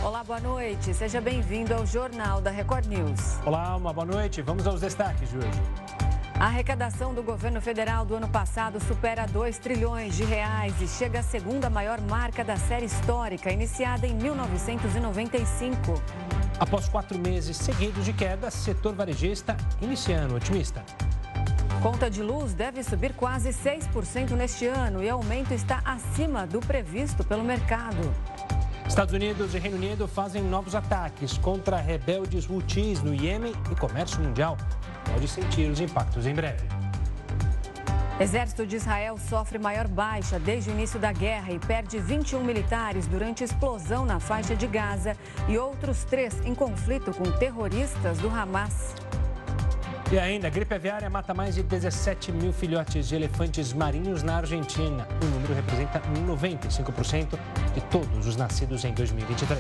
Olá, boa noite. Seja bem-vindo ao Jornal da Record News. Olá, uma boa noite. Vamos aos destaques de hoje. A arrecadação do governo federal do ano passado supera 2 trilhões de reais e chega à segunda maior marca da série histórica, iniciada em 1995. Após 4 meses seguidos de queda, setor varejista iniciando otimista. Conta de luz deve subir quase 6% neste ano e o aumento está acima do previsto pelo mercado. Estados Unidos e Reino Unido fazem novos ataques contra rebeldes Houthis no Iêmen e comércio mundial pode sentir os impactos em breve. Exército de Israel sofre maior baixa desde o início da guerra e perde 21 militares durante explosão na faixa de Gaza e outros 3 em conflito com terroristas do Hamas. E ainda, a gripe aviária mata mais de 17 mil filhotes de elefantes marinhos na Argentina. O número representa 95% de todos os nascidos em 2023.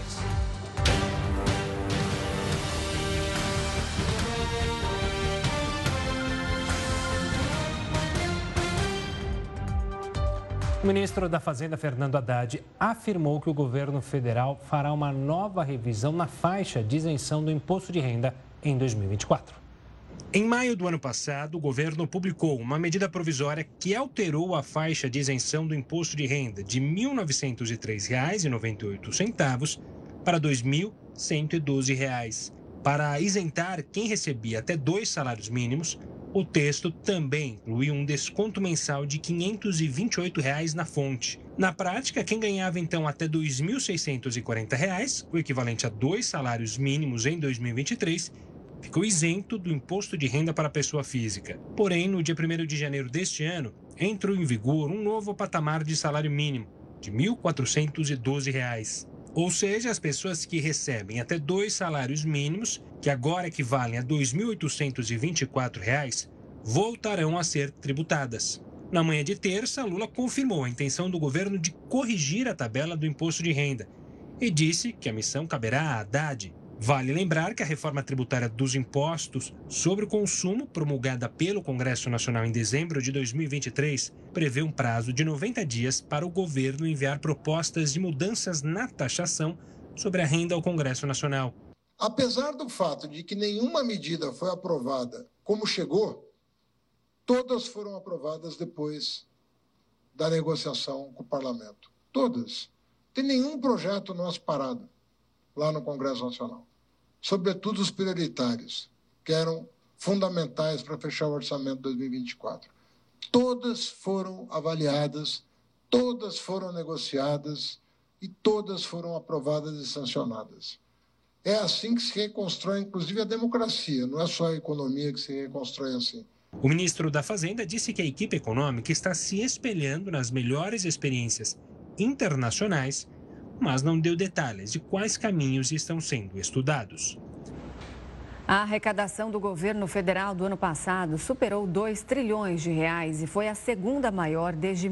O ministro da Fazenda, Fernando Haddad, afirmou que o governo federal fará uma nova revisão na faixa de isenção do imposto de renda em 2024. Em maio do ano passado, o governo publicou uma medida provisória que alterou a faixa de isenção do imposto de renda de R$ 1.903,98 para R$ 2.112. Para isentar quem recebia até 2 salários mínimos, o texto também incluiu um desconto mensal de R$ 528 na fonte. Na prática, quem ganhava então até R$ 2.640, o equivalente a 2 salários mínimos em 2023, ficou isento do imposto de renda para a pessoa física. Porém, no dia 1º de janeiro deste ano, entrou em vigor um novo patamar de salário mínimo, de R$ 1.412. Ou seja, as pessoas que recebem até 2 salários mínimos, que agora equivalem a R$ 2.824, voltarão a ser tributadas. Na manhã de terça, Lula confirmou a intenção do governo de corrigir a tabela do imposto de renda e disse que a missão caberá a Haddad. Vale lembrar que a reforma tributária dos impostos sobre o consumo, promulgada pelo Congresso Nacional em dezembro de 2023, prevê um prazo de 90 dias para o governo enviar propostas de mudanças na taxação sobre a renda ao Congresso Nacional. Apesar do fato de que nenhuma medida foi aprovada como chegou, todas foram aprovadas depois da negociação com o parlamento. Todas. Não tem nenhum projeto nosso parado lá no Congresso Nacional. Sobretudo os prioritários, que eram fundamentais para fechar o orçamento de 2024. Todas foram avaliadas, todas foram negociadas e todas foram aprovadas e sancionadas. É assim que se reconstrói, inclusive, a democracia, não é só a economia que se reconstrói assim. O ministro da Fazenda disse que a equipe econômica está se espelhando nas melhores experiências internacionais, mas não deu detalhes de quais caminhos estão sendo estudados. A arrecadação do governo federal do ano passado superou 2 trilhões de reais e foi a segunda maior desde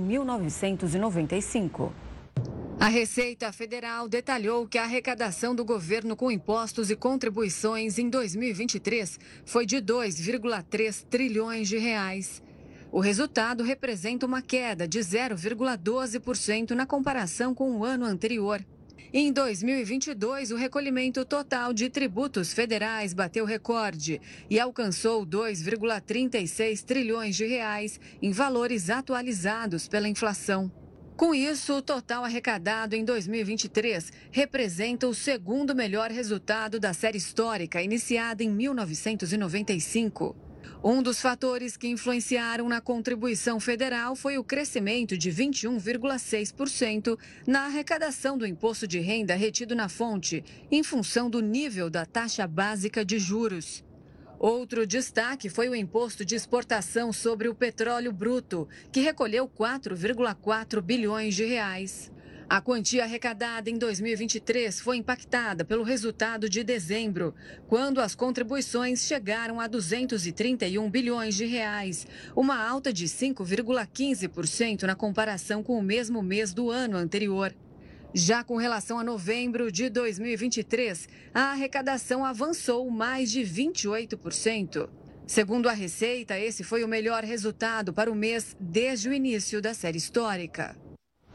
1995. A Receita Federal detalhou que a arrecadação do governo com impostos e contribuições em 2023 foi de 2,3 trilhões de reais. O resultado representa uma queda de 0,12% na comparação com o ano anterior. Em 2022, o recolhimento total de tributos federais bateu recorde e alcançou 2,36 trilhões de reais em valores atualizados pela inflação. Com isso, o total arrecadado em 2023 representa o segundo melhor resultado da série histórica iniciada em 1995. Um dos fatores que influenciaram na contribuição federal foi o crescimento de 21,6% na arrecadação do imposto de renda retido na fonte, em função do nível da taxa básica de juros. Outro destaque foi o imposto de exportação sobre o petróleo bruto, que recolheu 4,4 bilhões de reais. A quantia arrecadada em 2023 foi impactada pelo resultado de dezembro, quando as contribuições chegaram a 231 bilhões de reais, uma alta de 5,15% na comparação com o mesmo mês do ano anterior. Já com relação a novembro de 2023, a arrecadação avançou mais de 28%. Segundo a Receita, esse foi o melhor resultado para o mês desde o início da série histórica.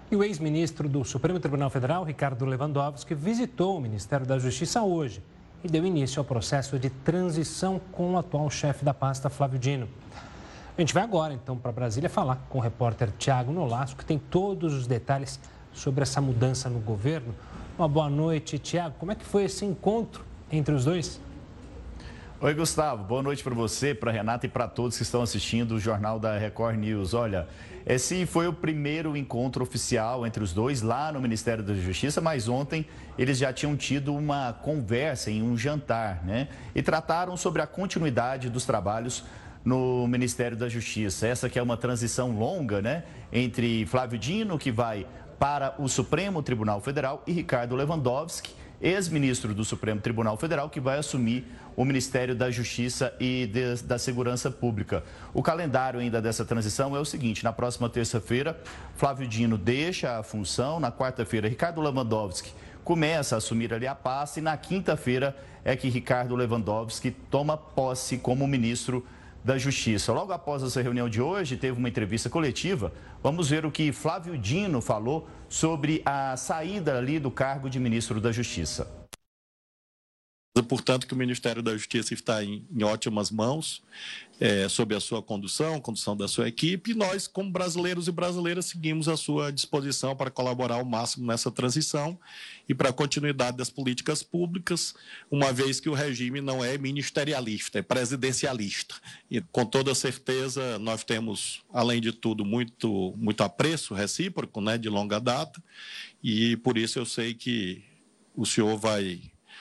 E o ex-ministro do Supremo Tribunal Federal, Ricardo Lewandowski, visitou o Ministério da Justiça hoje e deu início ao processo de transição com o atual chefe da pasta, Flávio Dino. A gente vai agora, então, para Brasília falar com o repórter Tiago Nolasco, que tem todos os detalhes sobre essa mudança no governo. Uma boa noite, Tiago. Como é que foi esse encontro entre os dois? Oi, Gustavo. Boa noite para você, para a Renata e para todos que estão assistindo o Jornal da Record News. Olha, esse foi o primeiro encontro oficial entre os dois lá no Ministério da Justiça, mas ontem eles já tinham tido uma conversa em um jantar, né? E trataram sobre a continuidade dos trabalhos no Ministério da Justiça. Essa que é uma transição longa, né? Entre Flávio Dino, que vai para o Supremo Tribunal Federal, e Ricardo Lewandowski, ex-ministro do Supremo Tribunal Federal, que vai assumir o Ministério da Justiça e da Segurança Pública. O calendário ainda dessa transição é o seguinte: na próxima terça-feira, Flávio Dino deixa a função, na quarta-feira, Ricardo Lewandowski começa a assumir ali a pasta e na quinta-feira é que Ricardo Lewandowski toma posse como ministro da Justiça. Logo após essa reunião de hoje, teve uma entrevista coletiva. Vamos ver o que Flávio Dino falou sobre a saída ali do cargo de ministro da Justiça. Portanto, que o Ministério da Justiça está em ótimas mãos, sob a sua condução da sua equipe, e nós, como brasileiros e brasileiras, seguimos à sua disposição para colaborar ao máximo nessa transição e para a continuidade das políticas públicas, uma vez que o regime não é ministerialista, é presidencialista. E, com toda certeza, nós temos, além de tudo, muito apreço recíproco, né, de longa data, e por isso eu sei que o senhor vai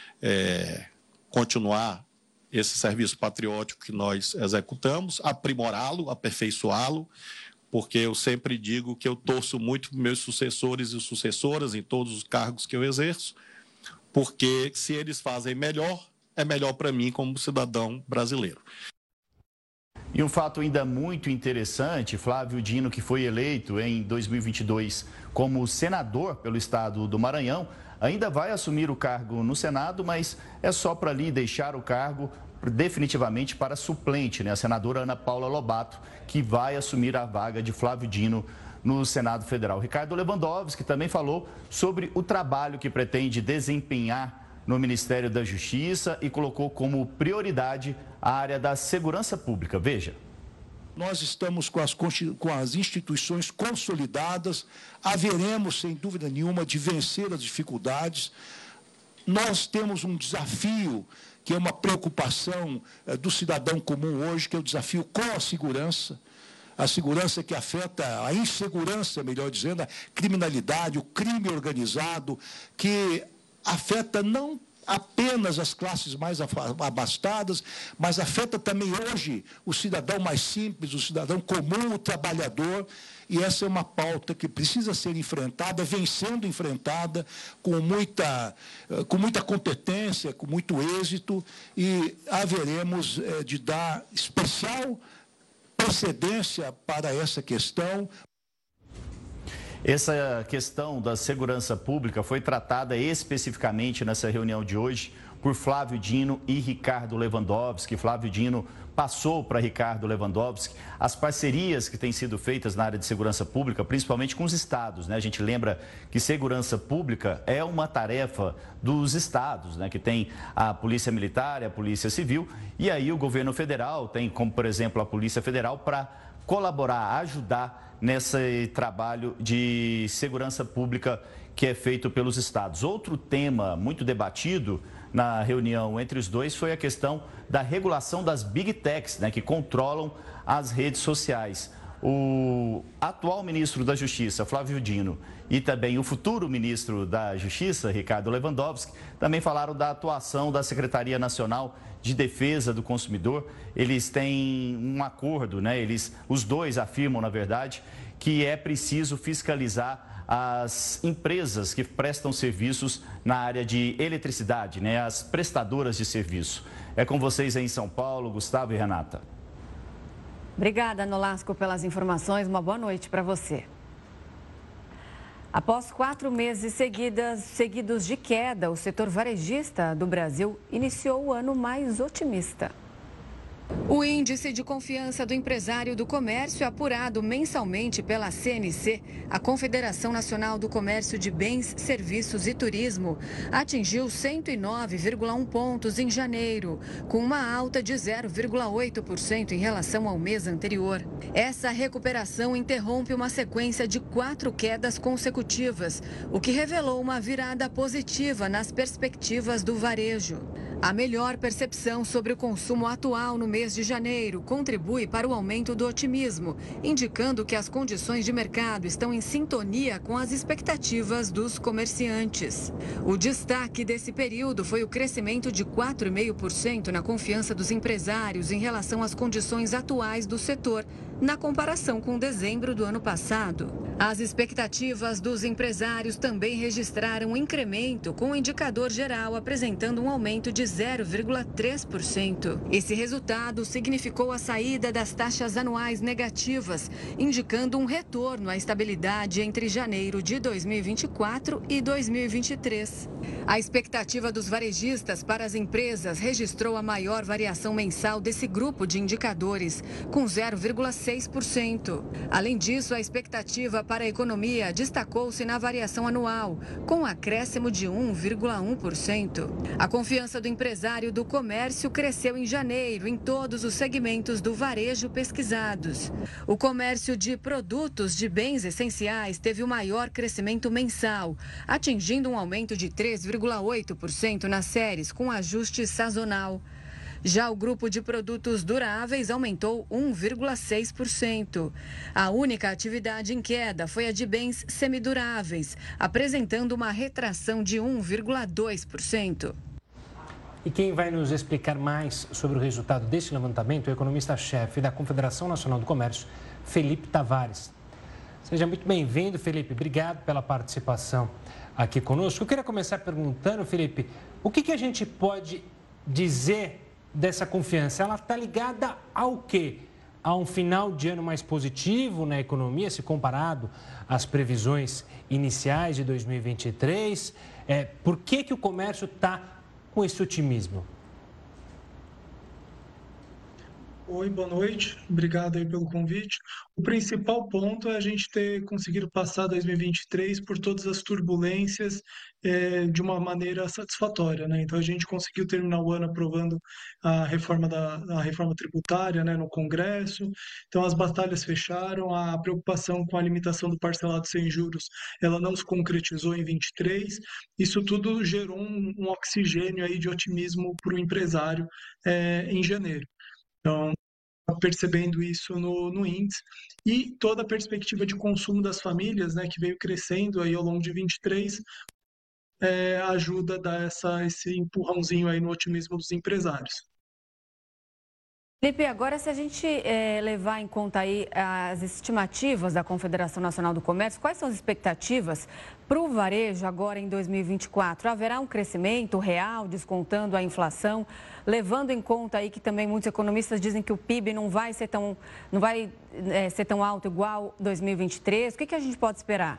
continuar esse serviço patriótico que nós executamos, aprimorá-lo, aperfeiçoá-lo, porque eu sempre digo que eu torço muito para meus sucessores e sucessoras em todos os cargos que eu exerço, porque se eles fazem melhor, é melhor para mim como cidadão brasileiro. E um fato ainda muito interessante, Flávio Dino, que foi eleito em 2022 como senador pelo estado do Maranhão, ainda vai assumir o cargo no Senado, mas é só para ali deixar o cargo definitivamente para suplente, né? A senadora Ana Paula Lobato, que vai assumir a vaga de Flávio Dino no Senado Federal. Ricardo Lewandowski também falou sobre o trabalho que pretende desempenhar no Ministério da Justiça e colocou como prioridade a área da segurança pública. Veja. Nós estamos com as instituições consolidadas, haveremos, sem dúvida nenhuma, de vencer as dificuldades. Nós temos um desafio, que é uma preocupação do cidadão comum hoje, que é o desafio com a segurança que afeta a insegurança, melhor dizendo, a criminalidade, o crime organizado, que afeta não apenas as classes mais abastadas, mas afeta também hoje o cidadão mais simples, o cidadão comum, o trabalhador, e essa é uma pauta que precisa ser enfrentada, vem sendo enfrentada com muita competência, com muito êxito, e haveremos de dar especial precedência para essa questão. Essa questão da segurança pública foi tratada especificamente nessa reunião de hoje por Flávio Dino e Ricardo Lewandowski. Flávio Dino passou para Ricardo Lewandowski as parcerias que têm sido feitas na área de segurança pública, principalmente com os estados, né? A gente lembra que segurança pública é uma tarefa dos estados, né? Que tem a Polícia Militar e a Polícia Civil, e aí o governo federal tem, como por exemplo, a Polícia Federal para colaborar, ajudar nesse trabalho de segurança pública que é feito pelos estados. Outro tema muito debatido na reunião entre os dois foi a questão da regulação das Big Techs, né, que controlam as redes sociais. O atual ministro da Justiça, Flávio Dino, e também o futuro ministro da Justiça, Ricardo Lewandowski, também falaram da atuação da Secretaria Nacional de Defesa do Consumidor. Eles têm um acordo, né? Os dois afirmam, na verdade, que é preciso fiscalizar as empresas que prestam serviços na área de eletricidade, né? As prestadoras de serviço. É com vocês aí em São Paulo, Gustavo e Renata. Obrigada, Nolasco, pelas informações. Uma boa noite para você. Após 4 meses seguidos de queda, o setor varejista do Brasil iniciou o ano mais otimista. O índice de confiança do empresário do comércio, apurado mensalmente pela CNC, a Confederação Nacional do Comércio de Bens, Serviços e Turismo, atingiu 109,1 pontos em janeiro, com uma alta de 0,8% em relação ao mês anterior. Essa recuperação interrompe uma sequência de 4 quedas consecutivas, o que revelou uma virada positiva nas perspectivas do varejo. A melhor percepção sobre o consumo atual no mês de janeiro contribui para o aumento do otimismo, indicando que as condições de mercado estão em sintonia com as expectativas dos comerciantes. O destaque desse período foi o crescimento de 4,5% na confiança dos empresários em relação às condições atuais do setor, na comparação com dezembro do ano passado. As expectativas dos empresários também registraram um incremento, com o indicador geral apresentando um aumento de 0,3%. Esse resultado significou a saída das taxas anuais negativas, indicando um retorno à estabilidade entre janeiro de 2024 e 2023. A expectativa dos varejistas para as empresas registrou a maior variação mensal desse grupo de indicadores, com 0,6%. Além disso, a expectativa para a economia destacou-se na variação anual, com um acréscimo de 1,1%. A confiança do empresário do comércio cresceu em janeiro em todos os segmentos do varejo pesquisados. O comércio de produtos de bens essenciais teve o maior crescimento mensal, atingindo um aumento de 3,8% nas séries com ajuste sazonal. Já o grupo de produtos duráveis aumentou 1,6%. A única atividade em queda foi a de bens semiduráveis, apresentando uma retração de 1,2%. E quem vai nos explicar mais sobre o resultado desse levantamento é o economista-chefe da Confederação Nacional do Comércio, Felipe Tavares. Seja muito bem-vindo, Felipe. Obrigado pela participação aqui conosco. Eu queria começar perguntando, Felipe, o que a gente pode dizer dessa confiança? Ela está ligada ao quê? A um final de ano mais positivo na economia, se comparado às previsões iniciais de 2023? Por que o comércio está com esse otimismo? Oi, boa noite. Obrigado aí pelo convite. O principal ponto é a gente ter conseguido passar 2023 por todas as turbulências de uma maneira satisfatória, né? Então a gente conseguiu terminar o ano aprovando a reforma tributária, né, no Congresso. Então as batalhas fecharam, a preocupação com a limitação do parcelado sem juros, ela não se concretizou em 23. Isso tudo gerou um oxigênio aí de otimismo para o empresário em janeiro. Então, percebendo isso no índice, e toda a perspectiva de consumo das famílias, né, que veio crescendo aí ao longo de 23, ajuda a dar esse empurrãozinho aí no otimismo dos empresários. Felipe, agora se a gente levar em conta aí as estimativas da Confederação Nacional do Comércio, quais são as expectativas para o varejo agora em 2024? Haverá um crescimento real, descontando a inflação, levando em conta aí que também muitos economistas dizem que o PIB não vai ser tão alto igual 2023? O que a gente pode esperar?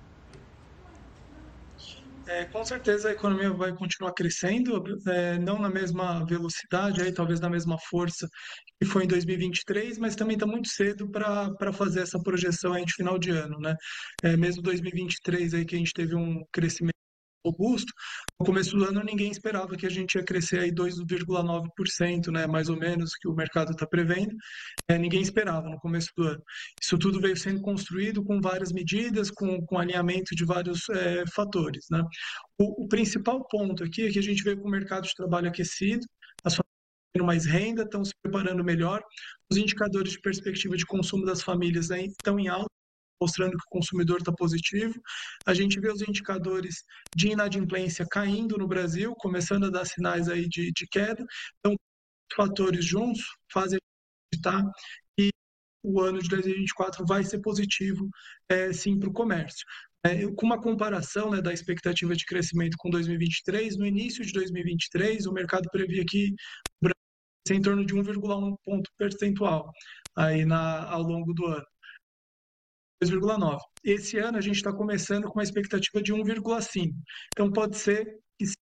Com certeza a economia vai continuar crescendo, não na mesma velocidade, aí, talvez na mesma força que foi em 2023, mas também está muito cedo para fazer essa projeção aí de final de ano, né? Mesmo 2023 aí que a gente teve um crescimento robusto, no começo do ano ninguém esperava que a gente ia crescer aí 2,9%, né, mais ou menos, que o mercado está prevendo. Ninguém esperava no começo do ano. Isso tudo veio sendo construído com várias medidas, com alinhamento de vários fatores, né? O principal ponto aqui é que a gente veio com o mercado de trabalho aquecido, as famílias tendo mais renda, estão se preparando melhor, os indicadores de perspectiva de consumo das famílias estão em alta, mostrando que o consumidor está positivo. A gente vê os indicadores de inadimplência caindo no Brasil, começando a dar sinais aí de queda. Então, os fatores juntos fazem acreditar que o ano de 2024 vai ser positivo, sim, para o comércio. Com uma comparação, né, da expectativa de crescimento com 2023, no início de 2023, o mercado previa que o Brasil ia ser em torno de 1,1 ponto percentual aí ao longo do ano. 2,9. Esse ano a gente está começando com uma expectativa de 1,5. Então pode ser que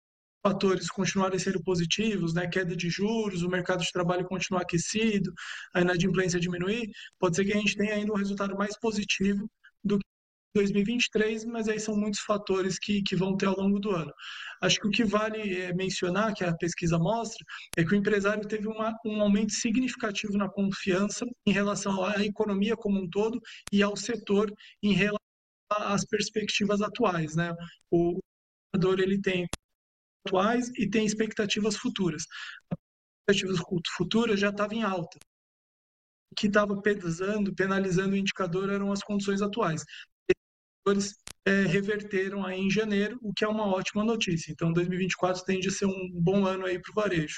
fatores continuarem sendo positivos, né, queda de juros, o mercado de trabalho continuar aquecido, a inadimplência diminuir, pode ser que a gente tenha ainda um resultado mais positivo do que 2023, mas aí são muitos fatores que vão ter ao longo do ano. Acho que o que vale mencionar, que a pesquisa mostra, é que o empresário teve um aumento significativo na confiança em relação à economia como um todo e ao setor em relação às perspectivas atuais, né? O empreendedor, ele tem atuais e tem expectativas futuras. As expectativas futuras já estavam em alta. O que estava penalizando o indicador eram as condições atuais. Eles reverteram aí em janeiro, o que é uma ótima notícia. Então, 2024 tende a ser um bom ano aí para o varejo.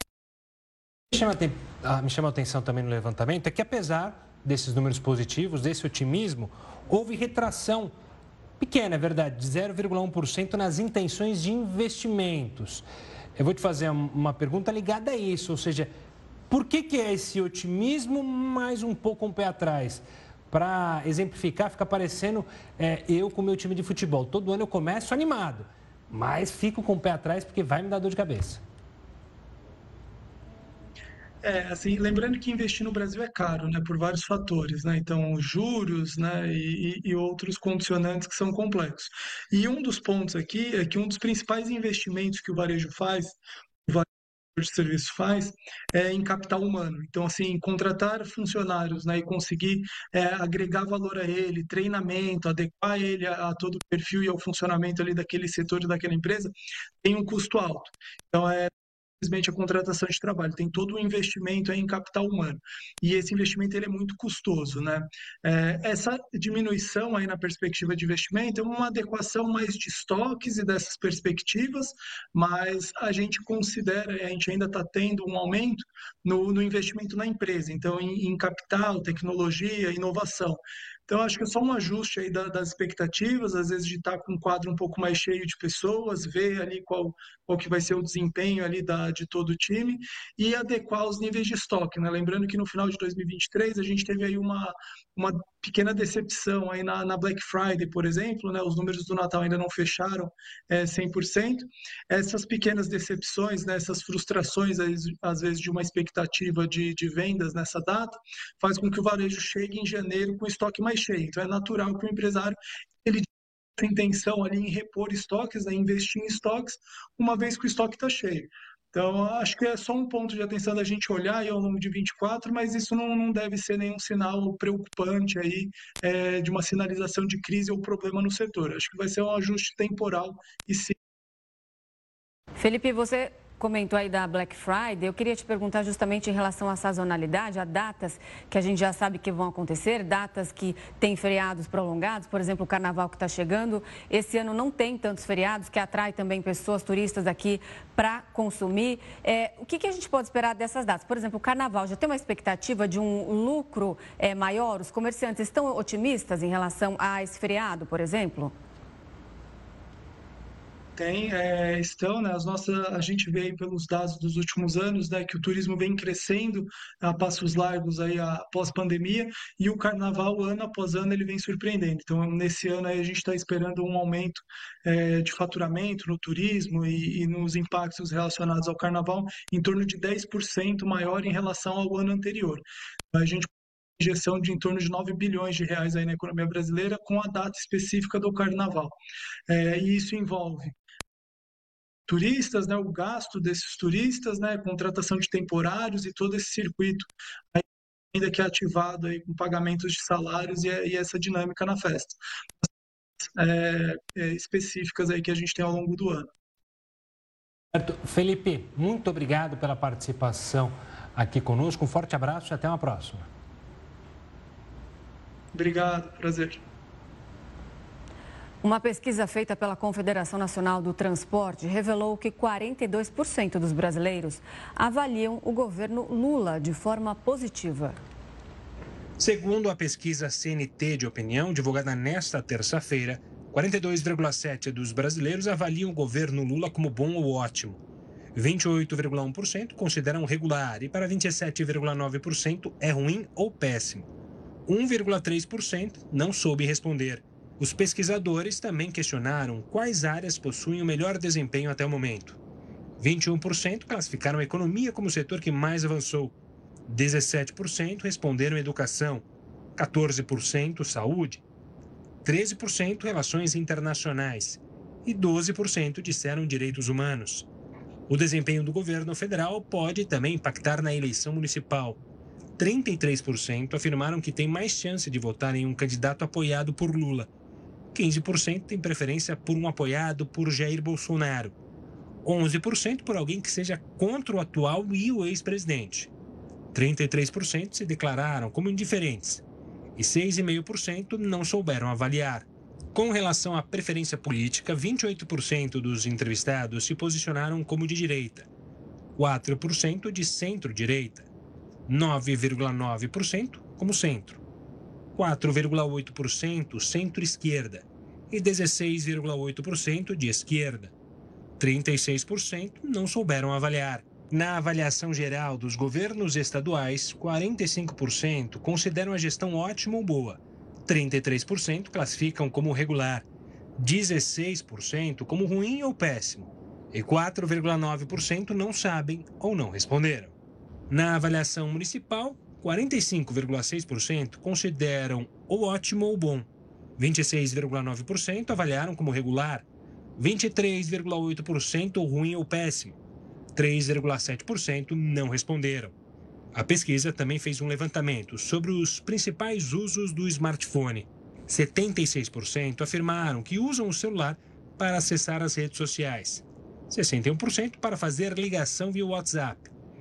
Me chama a atenção também no levantamento é que, apesar desses números positivos, desse otimismo, houve retração pequena, é verdade, de 0,1% nas intenções de investimentos. Eu vou te fazer uma pergunta ligada a isso, ou seja, por que é esse otimismo mais um pouco um pé atrás? Para exemplificar, fica parecendo eu com o meu time de futebol. Todo ano eu começo animado, mas fico com o pé atrás porque vai me dar dor de cabeça. Assim, lembrando que investir no Brasil é caro, né, por vários fatores, né, então juros, né, e outros condicionantes que são complexos. E um dos pontos aqui é que um dos principais investimentos que o varejo faz, o varejo de serviço faz, é em capital humano. Então, assim, contratar funcionários, né, e conseguir agregar valor a ele, treinamento, adequar ele a todo o perfil e ao funcionamento ali daquele setor e daquela empresa, tem um custo alto. Então, simplesmente a contratação de trabalho, tem todo o investimento em capital humano. E esse investimento ele é muito custoso, né? Essa diminuição aí na perspectiva de investimento é uma adequação mais de estoques e dessas perspectivas, mas a gente considera, a gente ainda está tendo um aumento no investimento na empresa, então em capital, tecnologia, inovação. Então, acho que é só um ajuste aí das expectativas, às vezes de estar com um quadro um pouco mais cheio de pessoas, ver ali qual que vai ser o desempenho ali de todo o time e adequar os níveis de estoque, né? Lembrando que no final de 2023 a gente teve aí uma pequena decepção aí na Black Friday, por exemplo, né? Os números do Natal ainda não fecharam 100%. Essas pequenas decepções, né? Essas frustrações, às vezes, de uma expectativa de vendas nessa data, faz com que o varejo chegue em janeiro com estoque mais cheio. Então, é natural que o empresário ele tenha intenção ali em repor estoques, né? Investir em estoques, uma vez que o estoque está cheio. Então, acho que é só um ponto de atenção da gente olhar aí ao longo de 24, mas isso não deve ser nenhum sinal preocupante aí de uma sinalização de crise ou problema no setor. Acho que vai ser um ajuste temporal e sim. Felipe, você comentou aí da Black Friday, eu queria te perguntar justamente em relação à sazonalidade, a datas que a gente já sabe que vão acontecer, datas que têm feriados prolongados, por exemplo, o Carnaval que está chegando. Esse ano não tem tantos feriados, que atrai também pessoas, turistas aqui para consumir. O que a gente pode esperar dessas datas? Por exemplo, o Carnaval já tem uma expectativa de um lucro maior? Os comerciantes estão otimistas em relação a esse feriado, por exemplo? Estão, né? A gente vê aí pelos dados dos últimos anos, né, que o turismo vem crescendo a passos largos aí após pandemia e o carnaval, ano após ano, ele vem surpreendendo. Então, nesse ano aí a gente está esperando um aumento de faturamento no turismo e nos impactos relacionados ao carnaval em torno de 10% maior em relação ao ano anterior. A gente injeção de em torno de 9 bilhões de reais aí na economia brasileira com a data específica do carnaval. E isso envolve turistas, né, o gasto desses turistas, né, contratação de temporários e todo esse circuito ainda que é ativado aí com pagamentos de salários e essa dinâmica na festa. Específicas aí que a gente tem ao longo do ano. Felipe, muito obrigado pela participação aqui conosco. Um forte abraço e até uma próxima. Obrigado, prazer. Uma pesquisa feita pela Confederação Nacional do Transporte revelou que 42% dos brasileiros avaliam o governo Lula de forma positiva. Segundo a pesquisa CNT de opinião, divulgada nesta terça-feira, 42,7% dos brasileiros avaliam o governo Lula como bom ou ótimo. 28,1% consideram regular e para 27,9% é ruim ou péssimo. 1,3% não soube responder. Os pesquisadores também questionaram quais áreas possuem o melhor desempenho até o momento. 21% classificaram a economia como o setor que mais avançou. 17% responderam educação, 14% saúde, 13% relações internacionais e 12% disseram direitos humanos. O desempenho do governo federal pode também impactar na eleição municipal. 33% afirmaram que tem mais chance de votar em um candidato apoiado por Lula. 15% tem preferência por um apoiado por Jair Bolsonaro. 11% por alguém que seja contra o atual e o ex-presidente. 33% se declararam como indiferentes e 6,5% não souberam avaliar. Com relação à preferência política, 28% dos entrevistados se posicionaram como de direita, 4% de centro-direita, 9,9% como centro, 4,8% centro-esquerda e 16,8% de esquerda. 36% não souberam avaliar. Na avaliação geral dos governos estaduais, 45% consideram a gestão ótima ou boa, 33% classificam como regular, 16% como ruim ou péssimo e 4,9% não sabem ou não responderam. Na avaliação municipal, 45,6% consideram ou ótimo ou bom, 26,9% avaliaram como regular, 23,8% ruim ou péssimo, 3,7% não responderam. A pesquisa também fez um levantamento sobre os principais usos do smartphone. 76% afirmaram que usam o celular para acessar as redes sociais, 61% para fazer ligação via WhatsApp,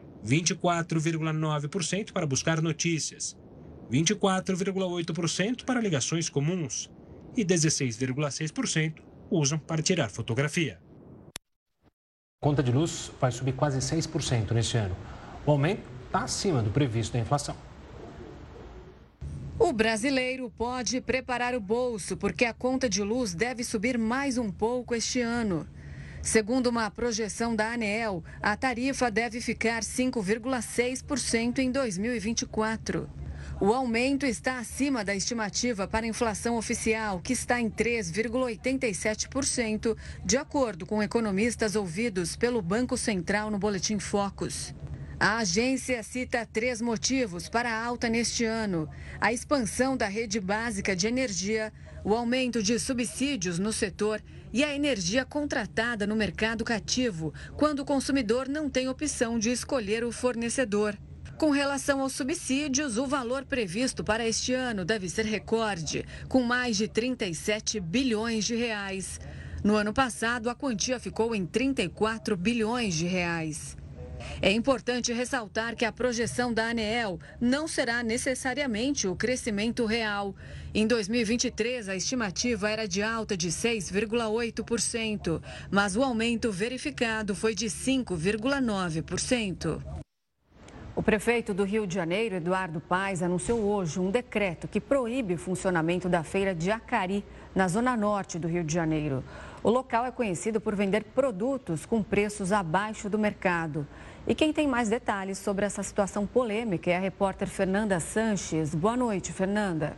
24,9% para buscar notícias, 24,8% para ligações comuns e 16,6% usam para tirar fotografia. A conta de luz vai subir quase 6% neste ano. O aumento está acima do previsto da inflação. O brasileiro pode preparar o bolso, porque a conta de luz deve subir mais um pouco este ano. Segundo uma projeção da ANEEL, a tarifa deve ficar 5,6% em 2024. O aumento está acima da estimativa para a inflação oficial, que está em 3,87%, de acordo com economistas ouvidos pelo Banco Central no Boletim Focus. A agência cita 3 motivos para a alta neste ano: a expansão da rede básica de energia, o aumento de subsídios no setor e a energia contratada no mercado cativo, quando o consumidor não tem opção de escolher o fornecedor. Com relação aos subsídios, o valor previsto para este ano deve ser recorde, com mais de 37 bilhões de reais. No ano passado, a quantia ficou em 34 bilhões de reais. É importante ressaltar que a projeção da ANEEL não será necessariamente o crescimento real. Em 2023, a estimativa era de alta de 6,8%, mas o aumento verificado foi de 5,9%. O prefeito do Rio de Janeiro, Eduardo Paes, anunciou hoje um decreto que proíbe o funcionamento da feira de Jacari, na zona norte do Rio de Janeiro. O local é conhecido por vender produtos com preços abaixo do mercado. E quem tem mais detalhes sobre essa situação polêmica é a repórter Fernanda Sanches. Boa noite, Fernanda.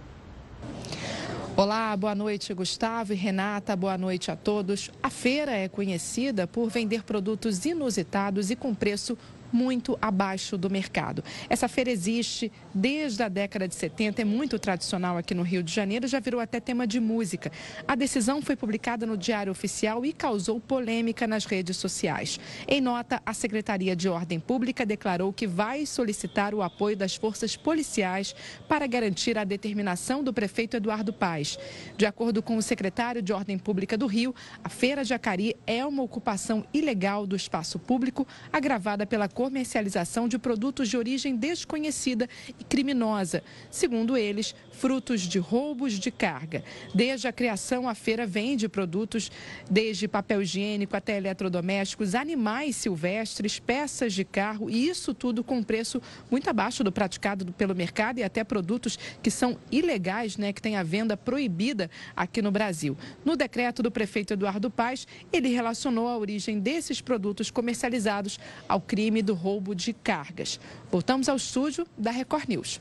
Olá, boa noite, Gustavo e Renata, boa noite a todos. A feira é conhecida por vender produtos inusitados e com preço muito abaixo do mercado. Essa feira existe desde a década de 70, é muito tradicional aqui no Rio de Janeiro, já virou até tema de música. A decisão foi publicada no Diário Oficial e causou polêmica nas redes sociais. Em nota, a Secretaria de Ordem Pública declarou que vai solicitar o apoio das forças policiais para garantir a determinação do prefeito Eduardo Paes. De acordo com o secretário de Ordem Pública do Rio, a Feira de Jacari é uma ocupação ilegal do espaço público, agravada pela comercialização de produtos de origem desconhecida e criminosa, segundo eles, frutos de roubos de carga. Desde a criação, a feira vende produtos desde papel higiênico até eletrodomésticos, animais silvestres, peças de carro, e isso tudo com um preço muito abaixo do praticado pelo mercado, e até produtos que são ilegais, que têm a venda proibida aqui no Brasil. No decreto do prefeito Eduardo Paes, ele relacionou a origem desses produtos comercializados ao crime do roubo de cargas. Voltamos ao estúdio da Record News.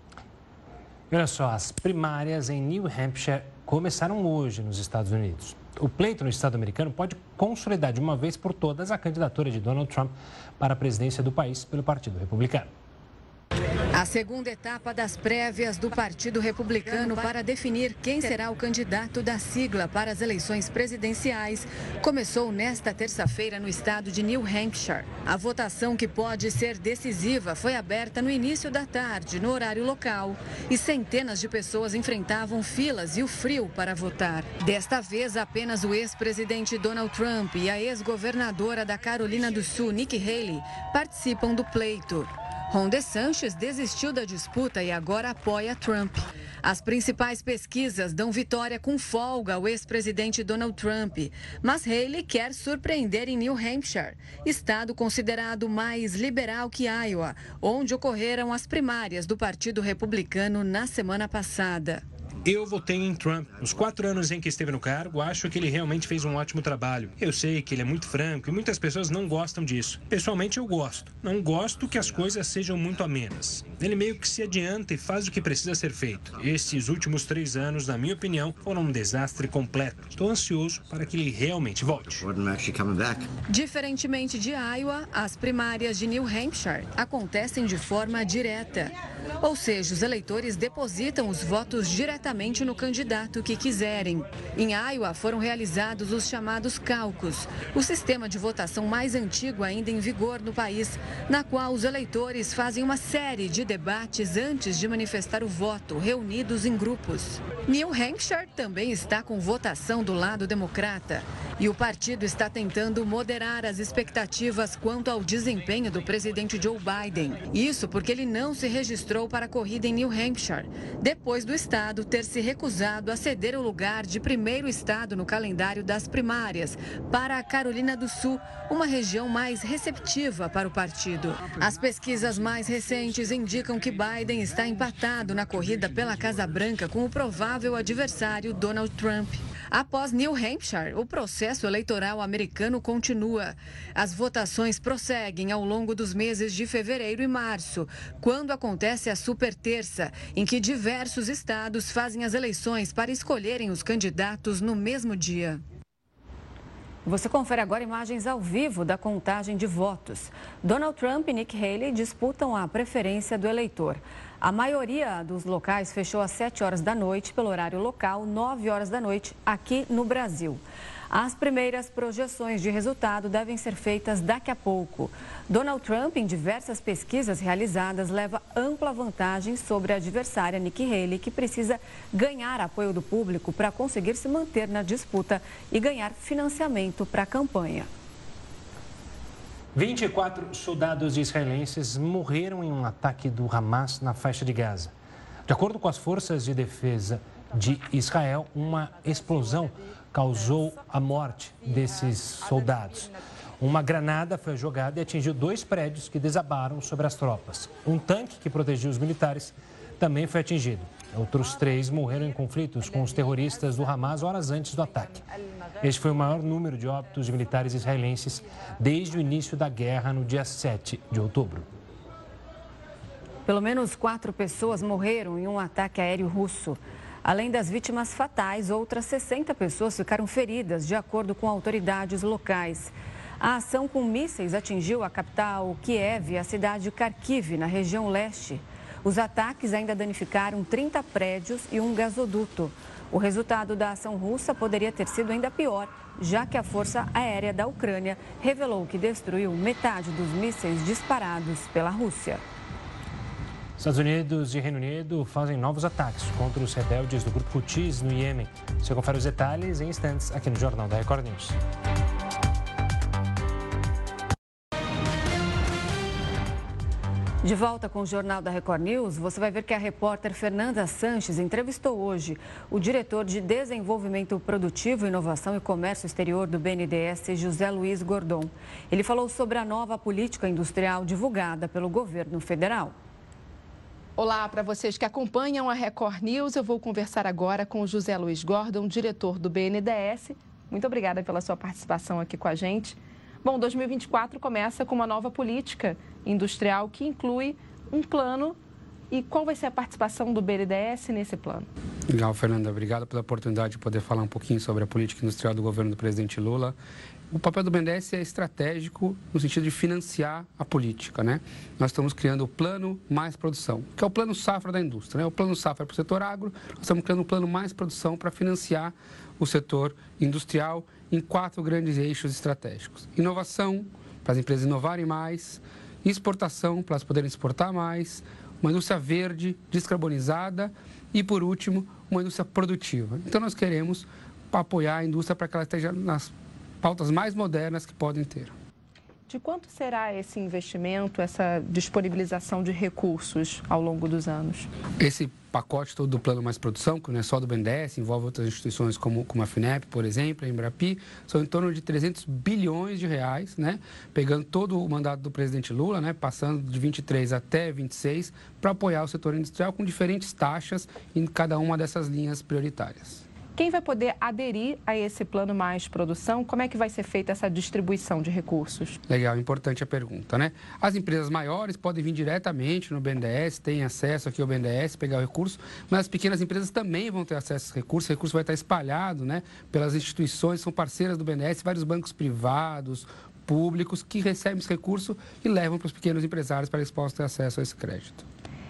Olha só, as primárias em New Hampshire começaram hoje nos Estados Unidos. O pleito no estado americano pode consolidar de uma vez por todas a candidatura de Donald Trump para a presidência do país pelo Partido Republicano. A segunda etapa das prévias do Partido Republicano para definir quem será o candidato da sigla para as eleições presidenciais começou nesta terça-feira no estado de New Hampshire. A votação, que pode ser decisiva, foi aberta no início da tarde, no horário local, e centenas de pessoas enfrentavam filas e o frio para votar. Desta vez, apenas o ex-presidente Donald Trump e a ex-governadora da Carolina do Sul, Nikki Haley, participam do pleito. Ron DeSantis desistiu da disputa e agora apoia Trump. As principais pesquisas dão vitória com folga ao ex-presidente Donald Trump, mas Haley quer surpreender em New Hampshire, estado considerado mais liberal que Iowa, onde ocorreram as primárias do Partido Republicano na semana passada. Eu votei em Trump. Nos 4 anos em que esteve no cargo, acho que ele realmente fez um ótimo trabalho. Eu sei que ele é muito franco e muitas pessoas não gostam disso. Pessoalmente, eu gosto. Não gosto que as coisas sejam muito amenas. Ele meio que se adianta e faz o que precisa ser feito. Esses últimos 3 anos, na minha opinião, foram um desastre completo. Estou ansioso para que ele realmente volte. Diferentemente de Iowa, as primárias de New Hampshire acontecem de forma direta. Ou seja, os eleitores depositam os votos diretamente no candidato que quiserem. Em Iowa foram realizados os chamados caucus, o sistema de votação mais antigo ainda em vigor no país, na qual os eleitores fazem uma série de debates antes de manifestar o voto, reunidos em grupos. New Hampshire também está com votação do lado democrata e o partido está tentando moderar as expectativas quanto ao desempenho do presidente Joe Biden. Isso porque ele não se registrou para a corrida em New Hampshire, depois do estado ter se recusado a ceder o lugar de primeiro estado no calendário das primárias para a Carolina do Sul, uma região mais receptiva para o partido. As pesquisas mais recentes indicam que Biden está empatado na corrida pela Casa Branca com o provável adversário Donald Trump. Após New Hampshire, o processo eleitoral americano continua. As votações prosseguem ao longo dos meses de fevereiro e março, quando acontece a super terça, em que diversos estados fazem as eleições para escolherem os candidatos no mesmo dia. Você confere agora imagens ao vivo da contagem de votos. Donald Trump e Nikki Haley disputam a preferência do eleitor. A maioria dos locais fechou às 7 horas da noite, pelo horário local, 9 horas da noite, aqui no Brasil. As primeiras projeções de resultado devem ser feitas daqui a pouco. Donald Trump, em diversas pesquisas realizadas, leva ampla vantagem sobre a adversária Nikki Haley, que precisa ganhar apoio do público para conseguir se manter na disputa e ganhar financiamento para a campanha. 24 soldados israelenses morreram em um ataque do Hamas na faixa de Gaza. De acordo com as forças de defesa de Israel, uma explosão causou a morte desses soldados. Uma granada foi jogada e atingiu 2 prédios que desabaram sobre as tropas. Um tanque que protegia os militares também foi atingido. Outros 3 morreram em conflitos com os terroristas do Hamas horas antes do ataque. Este foi o maior número de óbitos de militares israelenses desde o início da guerra no dia 7 de outubro. Pelo menos 4 pessoas morreram em um ataque aéreo russo. Além das vítimas fatais, outras 60 pessoas ficaram feridas, de acordo com autoridades locais. A ação com mísseis atingiu a capital Kiev e a cidade de Kharkiv, na região leste. Os ataques ainda danificaram 30 prédios e um gasoduto. O resultado da ação russa poderia ter sido ainda pior, já que a Força Aérea da Ucrânia revelou que destruiu metade dos mísseis disparados pela Rússia. Estados Unidos e Reino Unido fazem novos ataques contra os rebeldes do grupo Houthis no Iêmen. Você confere os detalhes em instantes aqui no Jornal da Record News. De volta com o Jornal da Record News, você vai ver que a repórter Fernanda Sanches entrevistou hoje o diretor de Desenvolvimento Produtivo, Inovação e Comércio Exterior do BNDES, José Luiz Gordon. Ele falou sobre a nova política industrial divulgada pelo governo federal. Olá para vocês que acompanham a Record News. Eu vou conversar agora com o José Luiz Gordon, diretor do BNDES. Muito obrigada pela sua participação aqui com a gente. Bom, 2024 começa com uma nova política industrial que inclui um plano. E qual vai ser a participação do BNDES nesse plano? Legal, Fernanda. Obrigado pela oportunidade de poder falar um pouquinho sobre a política industrial do governo do presidente Lula. O papel do BNDES é estratégico no sentido de financiar a política, né? Nós estamos criando o Plano Mais Produção, que é o plano safra da indústria, né? O plano safra para o setor agro, nós estamos criando um Plano Mais Produção para financiar o setor industrial em 4 grandes eixos estratégicos. Inovação, para as empresas inovarem mais, exportação, para elas poderem exportar mais, uma indústria verde, descarbonizada e, por último, uma indústria produtiva. Então, nós queremos apoiar a indústria para que ela esteja nas pautas mais modernas que podem ter. De quanto será esse investimento, essa disponibilização de recursos ao longo dos anos? Esse pacote todo do Plano Mais Produção, que não é só do BNDES, envolve outras instituições como a FINEP, por exemplo, a Embrapi, são em torno de 300 bilhões de reais, né? Pegando todo o mandato do presidente Lula, né? Passando de 23 até 26, para apoiar o setor industrial com diferentes taxas em cada uma dessas linhas prioritárias. Quem vai poder aderir a esse Plano Mais Produção? Como é que vai ser feita essa distribuição de recursos? Legal, importante a pergunta, né? As empresas maiores podem vir diretamente no BNDES, têm acesso aqui ao BNDES, pegar o recurso, mas as pequenas empresas também vão ter acesso a esse recurso. O recurso vai estar espalhado, né, pelas instituições, são parceiras do BNDES, vários bancos privados, públicos, que recebem esse recurso e levam para os pequenos empresários para que eles possam ter acesso a esse crédito.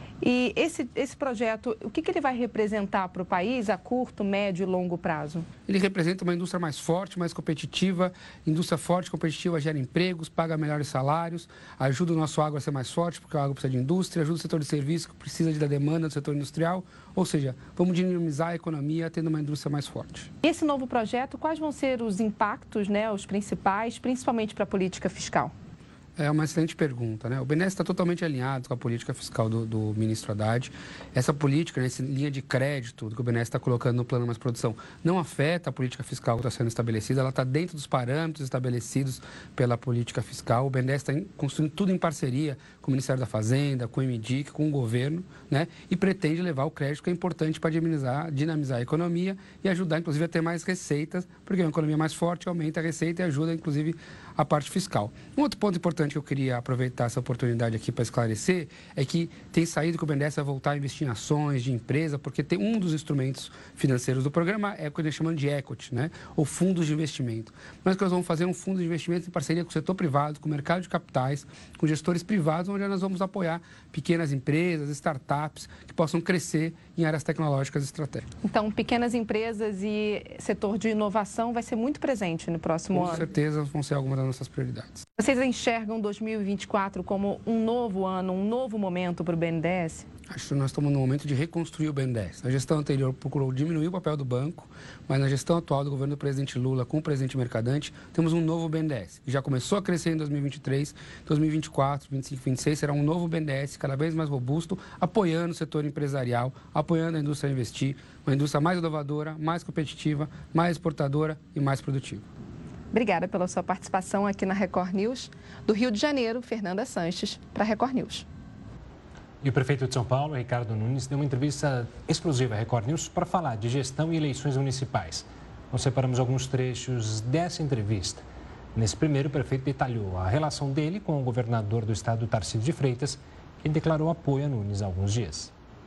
E esse projeto, o que ele vai representar para o país a curto, médio e longo prazo? Ele representa uma indústria mais forte, mais competitiva. Indústria forte, competitiva, gera empregos, paga melhores salários, ajuda o nosso agro a ser mais forte, porque o agro precisa de indústria, ajuda o setor de serviço, que precisa da demanda do setor industrial. Ou seja, vamos dinamizar a economia tendo uma indústria mais forte. Esse novo projeto, quais vão ser os impactos, né, os principais, principalmente para a política fiscal? É uma excelente pergunta, né? O BNDES está totalmente alinhado com a política fiscal do ministro Haddad. Essa política, né, essa linha de crédito que o BNDES está colocando no Plano Mais Produção, não afeta a política fiscal que está sendo estabelecida, ela está dentro dos parâmetros estabelecidos pela política fiscal. O BNDES está construindo tudo em parceria com o Ministério da Fazenda, com o MDIC, com o governo, né? E pretende levar o crédito que é importante para dinamizar a economia e ajudar, inclusive, a ter mais receitas, porque uma economia mais forte aumenta a receita e ajuda, inclusive, a parte fiscal. Um outro ponto importante que eu queria aproveitar essa oportunidade aqui para esclarecer é que tem saído que o BNDES vai voltar a investir em ações de empresa, porque tem um dos instrumentos financeiros do programa é o que eles chamam de equity, né? Ou fundos de investimento. Nós vamos fazer um fundo de investimento em parceria com o setor privado, com o mercado de capitais, com gestores privados, onde nós vamos apoiar pequenas empresas, startups que possam crescer em áreas tecnológicas estratégicas. Então, pequenas empresas e setor de inovação vai ser muito presente no próximo ano. Com certeza vão ser algumas das nossas prioridades. Vocês enxergam 2024 como um novo ano, um novo momento para o BNDES? Acho que nós estamos no momento de reconstruir o BNDES. A gestão anterior procurou diminuir o papel do banco, mas na gestão atual do governo do presidente Lula, com o presidente Mercadante, temos um novo BNDES, que já começou a crescer em 2023, 2024, 2025, 2026, será um novo BNDES cada vez mais robusto, apoiando o setor empresarial, apoiando a indústria a investir, uma indústria mais inovadora, mais competitiva, mais exportadora e mais produtiva. Obrigada pela sua participação aqui na Record News. Do Rio de Janeiro, Fernanda Sanches, para a Record News. E o prefeito de São Paulo, Ricardo Nunes, deu uma entrevista exclusiva à Record News para falar de gestão e eleições municipais. Nós separamos alguns trechos dessa entrevista. Nesse primeiro, o prefeito detalhou a relação dele com o governador do estado, Tarcísio de Freitas, que declarou apoio a Nunes há alguns dias.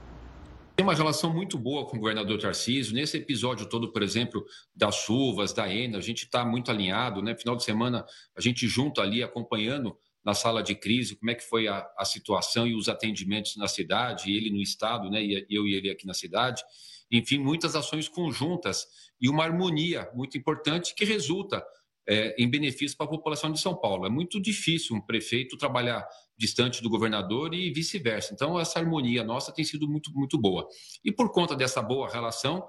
Tem uma relação muito boa com o governador Tarcísio. Nesse episódio todo, por exemplo, das chuvas, da ENA, a gente está muito alinhado, né? Final de semana, a gente junto ali, acompanhando na sala de crise, como é que foi a situação e os atendimentos na cidade, ele no estado, né? E eu e ele aqui na cidade. Enfim, muitas ações conjuntas e uma harmonia muito importante que resulta em benefício para a população de São Paulo. É muito difícil um prefeito trabalhar distante do governador e vice-versa. Então, essa harmonia nossa tem sido muito, muito boa. E por conta dessa boa relação,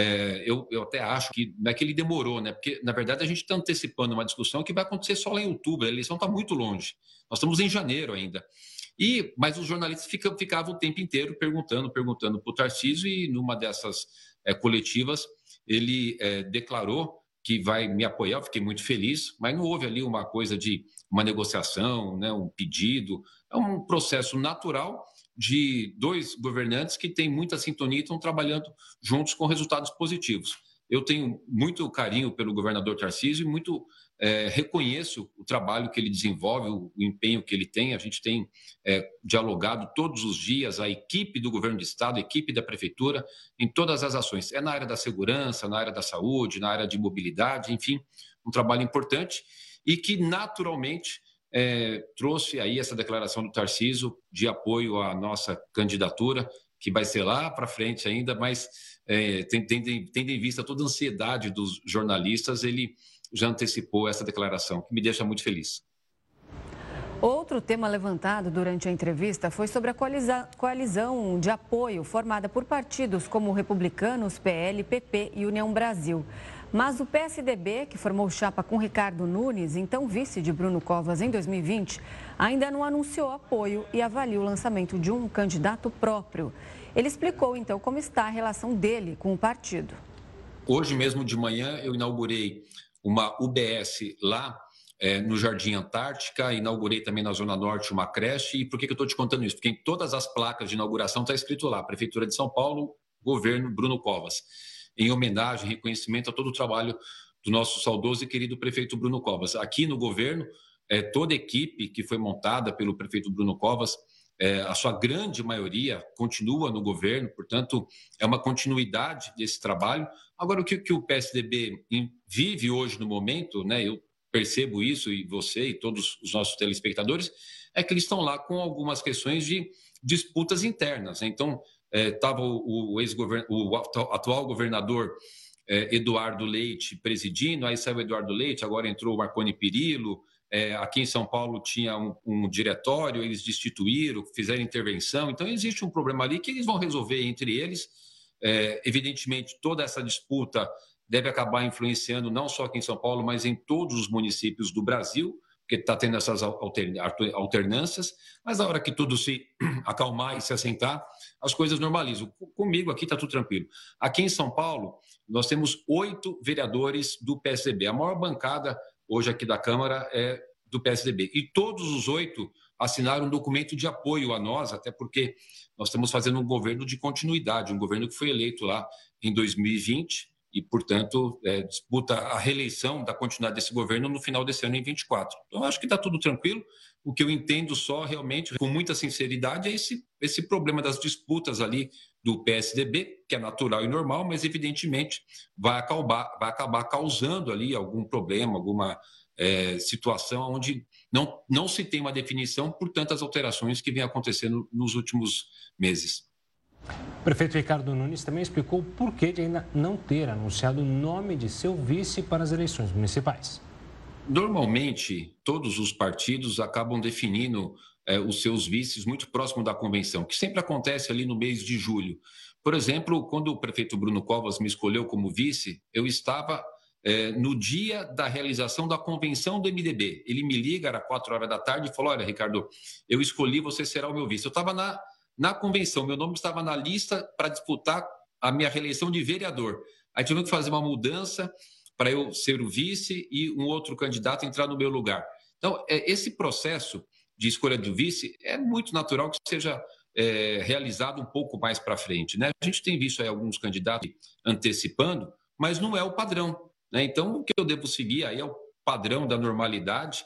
eu até acho que não é que ele demorou, né? Porque, na verdade, a gente está antecipando uma discussão que vai acontecer só lá em outubro. A eleição está muito longe. Nós estamos em janeiro ainda. Mas os jornalistas ficavam o tempo inteiro perguntando para o Tarcísio, e numa dessas coletivas ele declarou que vai me apoiar. Eu fiquei muito feliz, mas não houve ali uma coisa de uma negociação, né, um pedido. É um processo natural de dois governantes que têm muita sintonia e estão trabalhando juntos com resultados positivos. Eu tenho muito carinho pelo governador Tarcísio e muito reconheço o trabalho que ele desenvolve, o empenho que ele tem. A gente tem dialogado todos os dias, a equipe do governo do estado, a equipe da prefeitura, em todas as ações. É na área da segurança, na área da saúde, na área de mobilidade, enfim, um trabalho importante e que naturalmente trouxe aí essa declaração do Tarcísio de apoio à nossa candidatura, que vai ser lá para frente ainda, mas tendo em vista toda a ansiedade dos jornalistas, ele já antecipou essa declaração, que me deixa muito feliz. Outro tema levantado durante a entrevista foi sobre a coalizão de apoio formada por partidos como Republicanos, PL, PP e União Brasil. Mas o PSDB, que formou chapa com Ricardo Nunes, então vice de Bruno Covas em 2020, ainda não anunciou apoio e avalia o lançamento de um candidato próprio. Ele explicou, então, como está a relação dele com o partido. Hoje mesmo de manhã eu inaugurei uma UBS lá no Jardim Antártica, inaugurei também na Zona Norte uma creche. E por que eu estou te contando isso? Porque em todas as placas de inauguração está escrito lá, Prefeitura de São Paulo, Governo Bruno Covas, em homenagem, reconhecimento a todo o trabalho do nosso saudoso e querido prefeito Bruno Covas. Aqui no governo, toda a equipe que foi montada pelo prefeito Bruno Covas, a sua grande maioria continua no governo, portanto, é uma continuidade desse trabalho. Agora, o que o PSDB vive hoje no momento, né, eu percebo isso, e você e todos os nossos telespectadores, é que eles estão lá com algumas questões de disputas internas. Então, estava o atual governador Eduardo Leite presidindo, aí saiu o Eduardo Leite, agora entrou o Marconi Perillo. Aqui em São Paulo tinha um diretório, eles destituíram, fizeram intervenção. Então, existe um problema ali que eles vão resolver entre eles. Evidentemente, toda essa disputa deve acabar influenciando não só aqui em São Paulo, mas em todos os municípios do Brasil, porque está tendo essas alternâncias. Mas na hora que tudo se acalmar e se assentar, as coisas normalizam. Comigo aqui está tudo tranquilo. Aqui em São Paulo, nós temos 8 vereadores do PSDB. A maior bancada hoje aqui da Câmara é do PSDB. E todos os 8 assinaram um documento de apoio a nós, até porque nós estamos fazendo um governo de continuidade, um governo que foi eleito lá em 2020 e, portanto, disputa a reeleição da continuidade desse governo no final desse ano, em 24. Então, acho que está tudo tranquilo. O que eu entendo só, realmente, com muita sinceridade, é esse problema das disputas ali do PSDB, que é natural e normal, mas, evidentemente, vai acabar causando ali algum problema, alguma situação onde não se tem uma definição por tantas alterações que vem acontecendo nos últimos meses. O prefeito Ricardo Nunes também explicou o porquê de ainda não ter anunciado o nome de seu vice para as eleições municipais. Normalmente, todos os partidos acabam definindo os seus vices muito próximo da convenção, que sempre acontece ali no mês de julho. Por exemplo, quando o prefeito Bruno Covas me escolheu como vice, eu estava no dia da realização da convenção do MDB. Ele me liga, era 4 horas da tarde, e falou: olha, Ricardo, eu escolhi, você será o meu vice. Eu estava na convenção, meu nome estava na lista para disputar a minha reeleição de vereador. Aí tivemos que fazer uma mudança para eu ser o vice e um outro candidato entrar no meu lugar. Então, esse processo de escolha do vice é muito natural que seja realizado um pouco mais para frente, né? A gente tem visto aí alguns candidatos antecipando, mas não é o padrão, né? Então, o que eu devo seguir aí é o padrão da normalidade,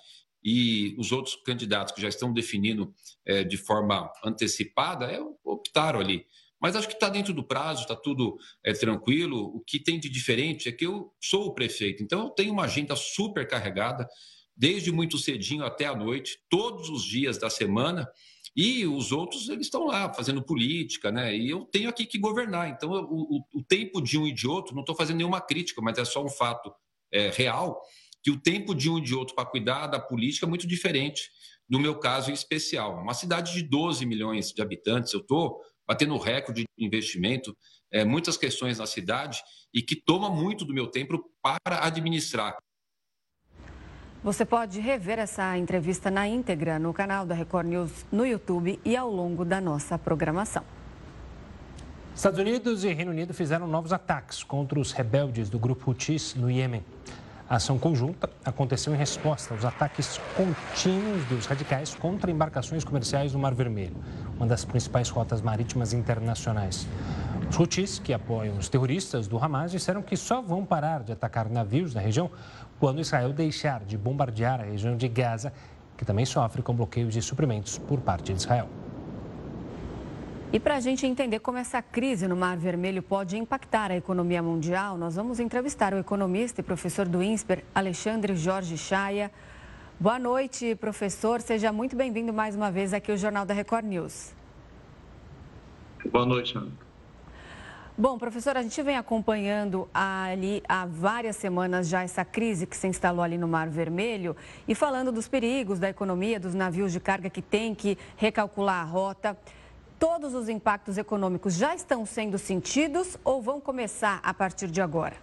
e os outros candidatos que já estão definindo de forma antecipada optaram ali. Mas acho que está dentro do prazo, está tudo tranquilo. O que tem de diferente é que eu sou o prefeito, então eu tenho uma agenda super carregada, desde muito cedinho até a noite, todos os dias da semana, e os outros eles estão lá fazendo política, né? E eu tenho aqui que governar. Então, o tempo de um e de outro, não estou fazendo nenhuma crítica, mas é só um fato real, que o tempo de um e de outro para cuidar da política é muito diferente, no meu caso em especial. Uma cidade de 12 milhões de habitantes, eu estou batendo recorde de investimento, muitas questões na cidade, e que toma muito do meu tempo para administrar. Você pode rever essa entrevista na íntegra no canal da Record News no YouTube e ao longo da nossa programação. Estados Unidos e Reino Unido fizeram novos ataques contra os rebeldes do grupo Houthis no Iêmen. A ação conjunta aconteceu em resposta aos ataques contínuos dos radicais contra embarcações comerciais no Mar Vermelho, uma das principais rotas marítimas internacionais. Os Houthis, que apoiam os terroristas do Hamas, disseram que só vão parar de atacar navios na região quando Israel deixar de bombardear a região de Gaza, que também sofre com bloqueios de suprimentos por parte de Israel. E para a gente entender como essa crise no Mar Vermelho pode impactar a economia mundial, nós vamos entrevistar o economista e professor do INSPER, Alexandre Jorge Chaya. Boa noite, professor. Seja muito bem-vindo mais uma vez aqui ao Jornal da Record News. Boa noite, Ana. Bom, professor, a gente vem acompanhando ali há várias semanas já essa crise que se instalou ali no Mar Vermelho e falando dos perigos da economia, dos navios de carga que têm que recalcular a rota. Todos os impactos econômicos já estão sendo sentidos ou vão começar a partir de agora?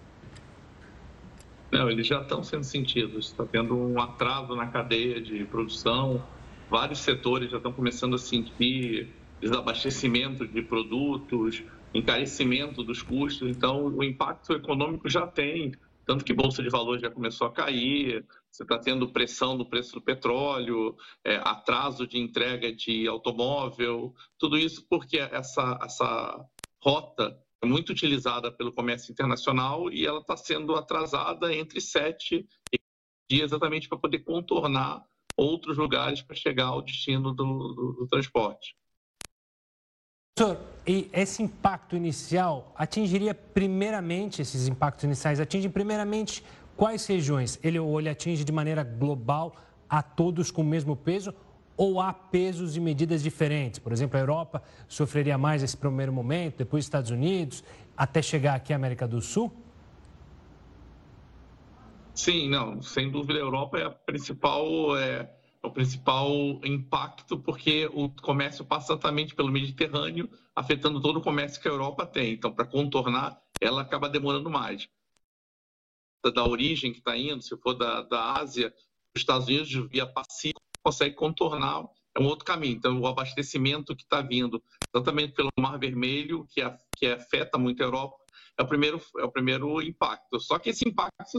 Não, eles já estão sendo sentidos. Está tendo um atraso na cadeia de produção. Vários setores já estão começando a sentir desabastecimento de produtos, encarecimento dos custos. Então, o impacto econômico já tem. Tanto que a Bolsa de Valores já começou a cair, você está tendo pressão no preço do petróleo, atraso de entrega de automóvel, tudo isso porque essa rota é muito utilizada pelo comércio internacional e ela está sendo atrasada entre 7 dias exatamente para poder contornar outros lugares para chegar ao destino do transporte. Professor, e esse impacto inicial atingiria primeiramente, esses impactos iniciais atingem primeiramente quais regiões? Ele atinge de maneira global a todos com o mesmo peso ou há pesos e medidas diferentes? Por exemplo, a Europa sofreria mais esse primeiro momento, depois Estados Unidos, até chegar aqui à América do Sul? Sim, não, sem dúvida a Europa é o principal impacto, porque o comércio passa exatamente pelo Mediterrâneo, afetando todo o comércio que a Europa tem. Então, para contornar, ela acaba demorando mais. Da origem que está indo, se for da Ásia, os Estados Unidos, via Pacífico, consegue contornar, é um outro caminho. Então, o abastecimento que está vindo, exatamente pelo Mar Vermelho, que afeta muito a Europa, é o primeiro impacto. Só que esse impacto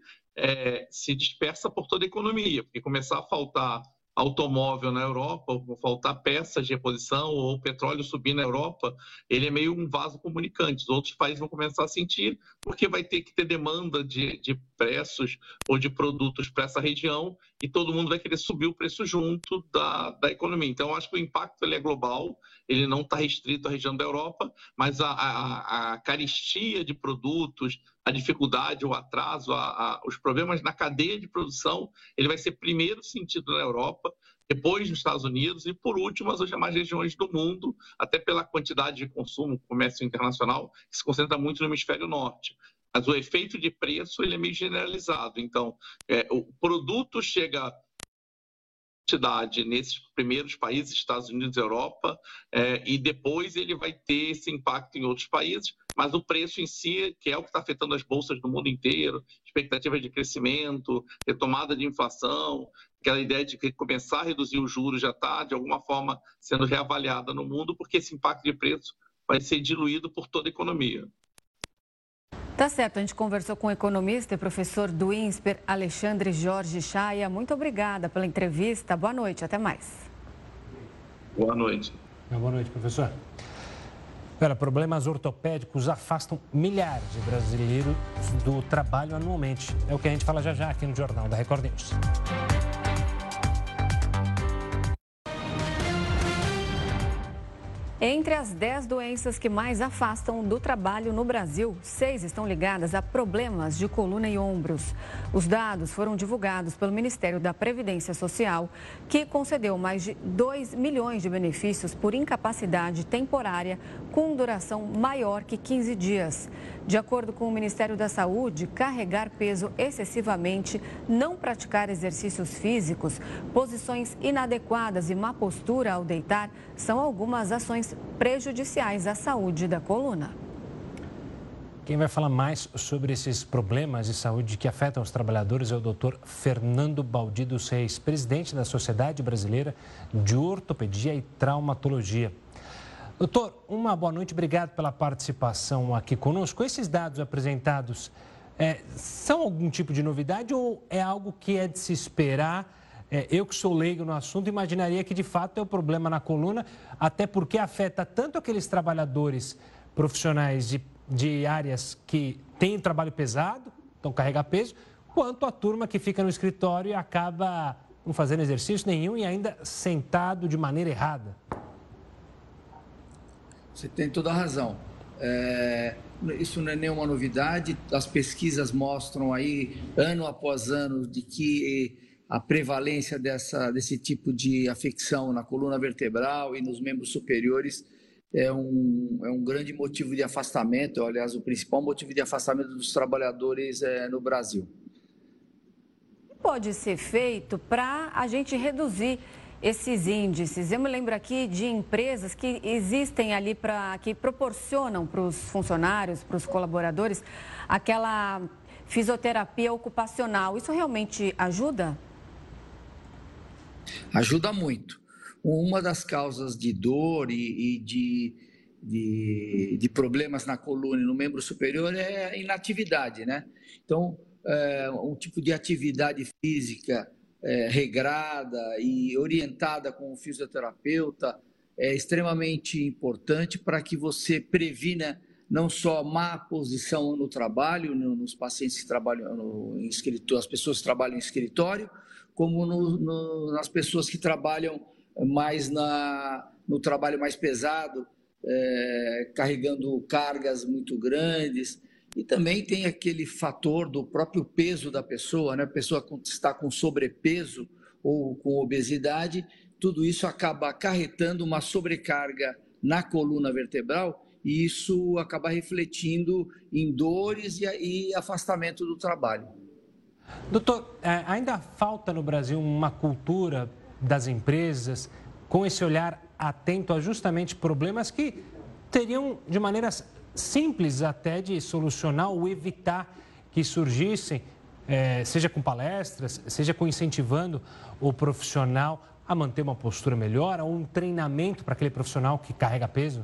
se dispersa por toda a economia, porque começar a faltar automóvel na Europa, ou faltar peças de reposição, ou o petróleo subir na Europa, ele é meio um vaso comunicante. Os outros países vão começar a sentir, porque vai ter que ter demanda de preços ou de produtos para essa região, e todo mundo vai querer subir o preço junto da economia. Então, eu acho que o impacto ele é global, ele não está restrito à região da Europa, mas a carestia de produtos, a dificuldade, o atraso, os problemas na cadeia de produção, ele vai ser primeiro sentido na Europa, depois nos Estados Unidos e, por último, as demais regiões do mundo, até pela quantidade de consumo, comércio internacional, que se concentra muito no hemisfério norte. Mas o efeito de preço ele é meio generalizado. Então, o produto chega quantidade nesses primeiros países, Estados Unidos e Europa, e depois ele vai ter esse impacto em outros países, mas o preço em si, que é o que está afetando as bolsas do mundo inteiro, expectativas de crescimento, retomada de inflação, aquela ideia de que começar a reduzir os juros já está, de alguma forma, sendo reavaliada no mundo, porque esse impacto de preço vai ser diluído por toda a economia. Tá certo, a gente conversou com o economista e professor do INSPER, Alexandre Jorge Chaya. Muito obrigada pela entrevista. Boa noite, até mais. Boa noite. Boa noite, professor. Problemas ortopédicos afastam milhares de brasileiros do trabalho anualmente. É o que a gente fala já aqui no Jornal da Record News. Entre as 10 doenças que mais afastam do trabalho no Brasil, 6 estão ligadas a problemas de coluna e ombros. Os dados foram divulgados pelo Ministério da Previdência Social, que concedeu mais de 2 milhões de benefícios por incapacidade temporária com duração maior que 15 dias. De acordo com o Ministério da Saúde, carregar peso excessivamente, não praticar exercícios físicos, posições inadequadas e má postura ao deitar são algumas ações prejudiciais à saúde da coluna. Quem vai falar mais sobre esses problemas de saúde que afetam os trabalhadores é o Dr. Fernando Baldi dos Reis, presidente da Sociedade Brasileira de Ortopedia e Traumatologia. Doutor, uma boa noite, obrigado pela participação aqui conosco. Esses dados apresentados são algum tipo de novidade ou é algo que é de se esperar? Eu que sou leigo no assunto, imaginaria que de fato é o problema na coluna, até porque afeta tanto aqueles trabalhadores profissionais de áreas que têm trabalho pesado, então carrega peso, quanto a turma que fica no escritório e acaba não fazendo exercício nenhum e ainda sentado de maneira errada. Você tem toda a razão. Isso não é nenhuma novidade, as pesquisas mostram aí, ano após ano, de que a prevalência desse tipo de afecção na coluna vertebral e nos membros superiores é um grande motivo de afastamento, aliás, o principal motivo de afastamento dos trabalhadores no Brasil. O que pode ser feito para a gente reduzir esses índices? Eu me lembro aqui de empresas que existem ali que proporcionam para os funcionários, para os colaboradores, aquela fisioterapia ocupacional. Isso realmente ajuda? Ajuda muito. Uma das causas de dor e de problemas na coluna e no membro superior é a inatividade, né? Então, um tipo de atividade física regrada e orientada com o fisioterapeuta é extremamente importante para que você previna não só má posição no trabalho, nos pacientes que trabalham em escritório, as pessoas que trabalham em escritório, como nas pessoas que trabalham mais no trabalho mais pesado, carregando cargas muito grandes. E também tem aquele fator do próprio peso da pessoa, né? A pessoa que está com sobrepeso ou com obesidade, tudo isso acaba acarretando uma sobrecarga na coluna vertebral e isso acaba refletindo em dores e afastamento do trabalho. Doutor, ainda falta no Brasil uma cultura das empresas com esse olhar atento a justamente problemas que teriam de maneiras simples até de solucionar ou evitar que surgissem, seja com palestras, seja com incentivando o profissional a manter uma postura melhor, ou um treinamento para aquele profissional que carrega peso?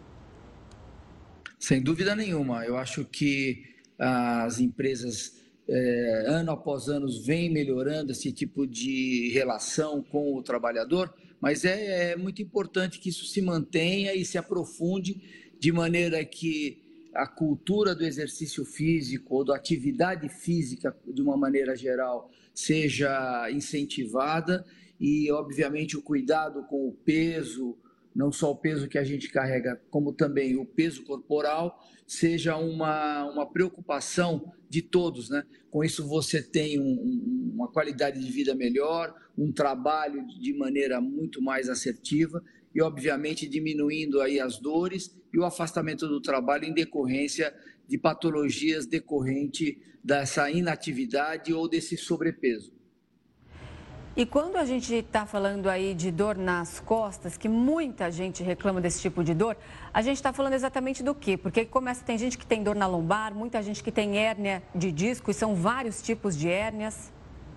Sem dúvida nenhuma. Eu acho que as empresas, ano após ano, vêm melhorando esse tipo de relação com o trabalhador, mas é muito importante que isso se mantenha e se aprofunde de maneira que a cultura do exercício físico ou da atividade física, de uma maneira geral, seja incentivada e, obviamente, o cuidado com o peso, não só o peso que a gente carrega, como também o peso corporal, seja uma preocupação de todos, né? Com isso você tem uma qualidade de vida melhor, um trabalho de maneira muito mais assertiva e, obviamente, diminuindo aí as dores e o afastamento do trabalho em decorrência de patologias decorrente dessa inatividade ou desse sobrepeso. E quando a gente está falando aí de dor nas costas, que muita gente reclama desse tipo de dor, a gente está falando exatamente do quê? Porque tem gente que tem dor na lombar, muita gente que tem hérnia de disco, e são vários tipos de hérnias.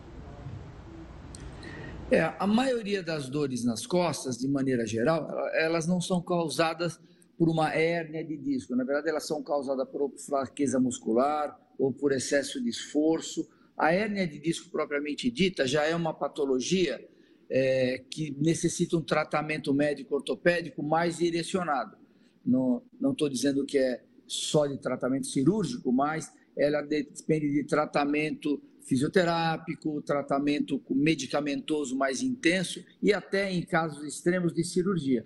A maioria das dores nas costas, de maneira geral, elas não são causadas por uma hérnia de disco. Na verdade, elas são causadas por fraqueza muscular ou por excesso de esforço. A hérnia de disco propriamente dita já é uma patologia que necessita um tratamento médico ortopédico mais direcionado. Não estou dizendo que é só de tratamento cirúrgico, mas ela depende de tratamento fisioterápico, tratamento medicamentoso mais intenso e até em casos extremos de cirurgia.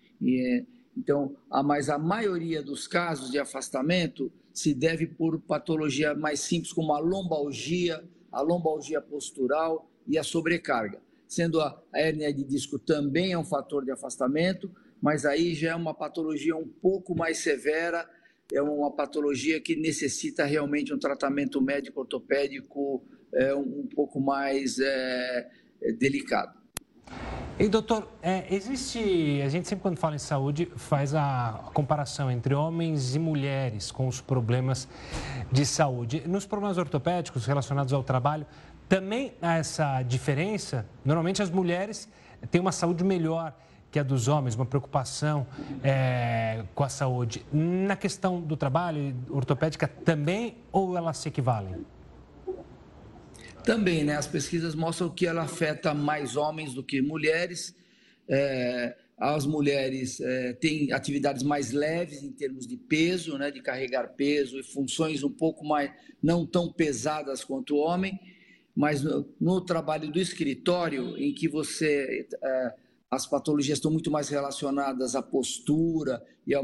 Mas a maioria dos casos de afastamento se deve por patologia mais simples, como a lombalgia postural e a sobrecarga. Sendo a hérnia de disco também é um fator de afastamento, mas aí já é uma patologia um pouco mais severa, é uma patologia que necessita realmente um tratamento médico ortopédico um pouco mais delicado. E doutor, a gente sempre quando fala em saúde faz a comparação entre homens e mulheres com os problemas de saúde. Nos problemas ortopédicos relacionados ao trabalho, também há essa diferença? Normalmente as mulheres têm uma saúde melhor que a dos homens, uma preocupação com a saúde. Na questão do trabalho ortopédica também, ou elas se equivalem? Também, né? As pesquisas mostram que ela afeta mais homens do que mulheres. As mulheres têm atividades mais leves em termos de peso, né? De carregar peso e funções um pouco mais, não tão pesadas quanto o homem, mas no trabalho do escritório, em que as patologias estão muito mais relacionadas à postura e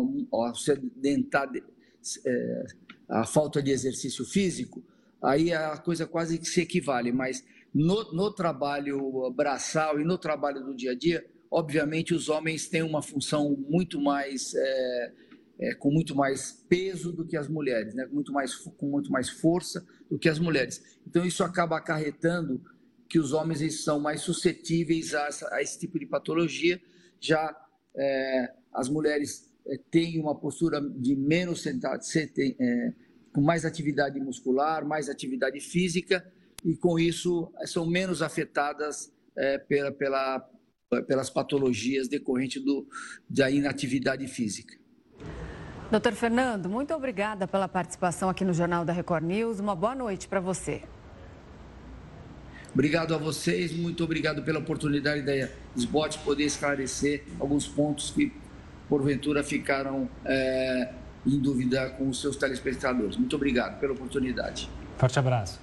à falta de exercício físico, aí a coisa quase que se equivale, mas no trabalho braçal e no trabalho do dia a dia, obviamente os homens têm uma função muito mais, com muito mais peso do que as mulheres, né? com muito mais força do que as mulheres. Então isso acaba acarretando que os homens eles são mais suscetíveis a esse tipo de patologia, já as mulheres têm uma postura de menos sentada, com mais atividade muscular, mais atividade física, e com isso são menos afetadas pelas patologias decorrentes da inatividade física. Doutor Fernando, muito obrigada pela participação aqui no Jornal da Record News. Uma boa noite para você. Obrigado a vocês, muito obrigado pela oportunidade da SBOT poder esclarecer alguns pontos que, porventura, ficaram em dúvida com os seus telespectadores. Muito obrigado pela oportunidade. Forte abraço.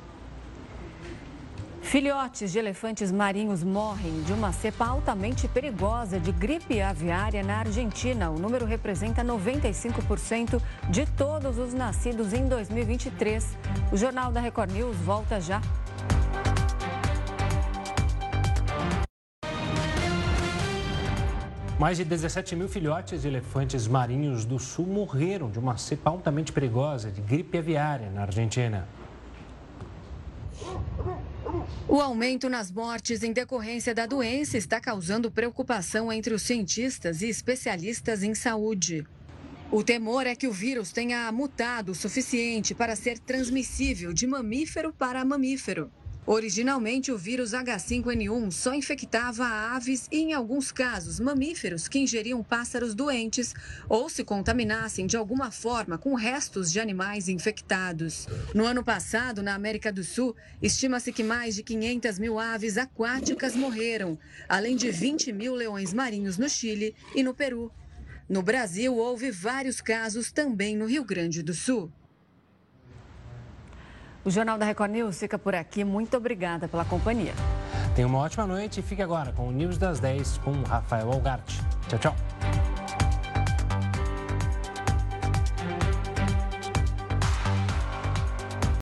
Filhotes de elefantes marinhos morrem de uma cepa altamente perigosa de gripe aviária na Argentina. O número representa 95% de todos os nascidos em 2023. O Jornal da Record News volta já. Mais de 17 mil filhotes de elefantes marinhos do sul morreram de uma cepa altamente perigosa de gripe aviária na Argentina. O aumento nas mortes em decorrência da doença está causando preocupação entre os cientistas e especialistas em saúde. O temor é que o vírus tenha mutado o suficiente para ser transmissível de mamífero para mamífero. Originalmente, o vírus H5N1 só infectava aves e, em alguns casos, mamíferos que ingeriam pássaros doentes ou se contaminassem de alguma forma com restos de animais infectados. No ano passado, na América do Sul, estima-se que mais de 500 mil aves aquáticas morreram, além de 20 mil leões marinhos no Chile e no Peru. No Brasil, houve vários casos também no Rio Grande do Sul. O Jornal da Record News fica por aqui. Muito obrigada pela companhia. Tenha uma ótima noite e fique agora com o News das 10 com Rafael Algarte. Tchau, tchau.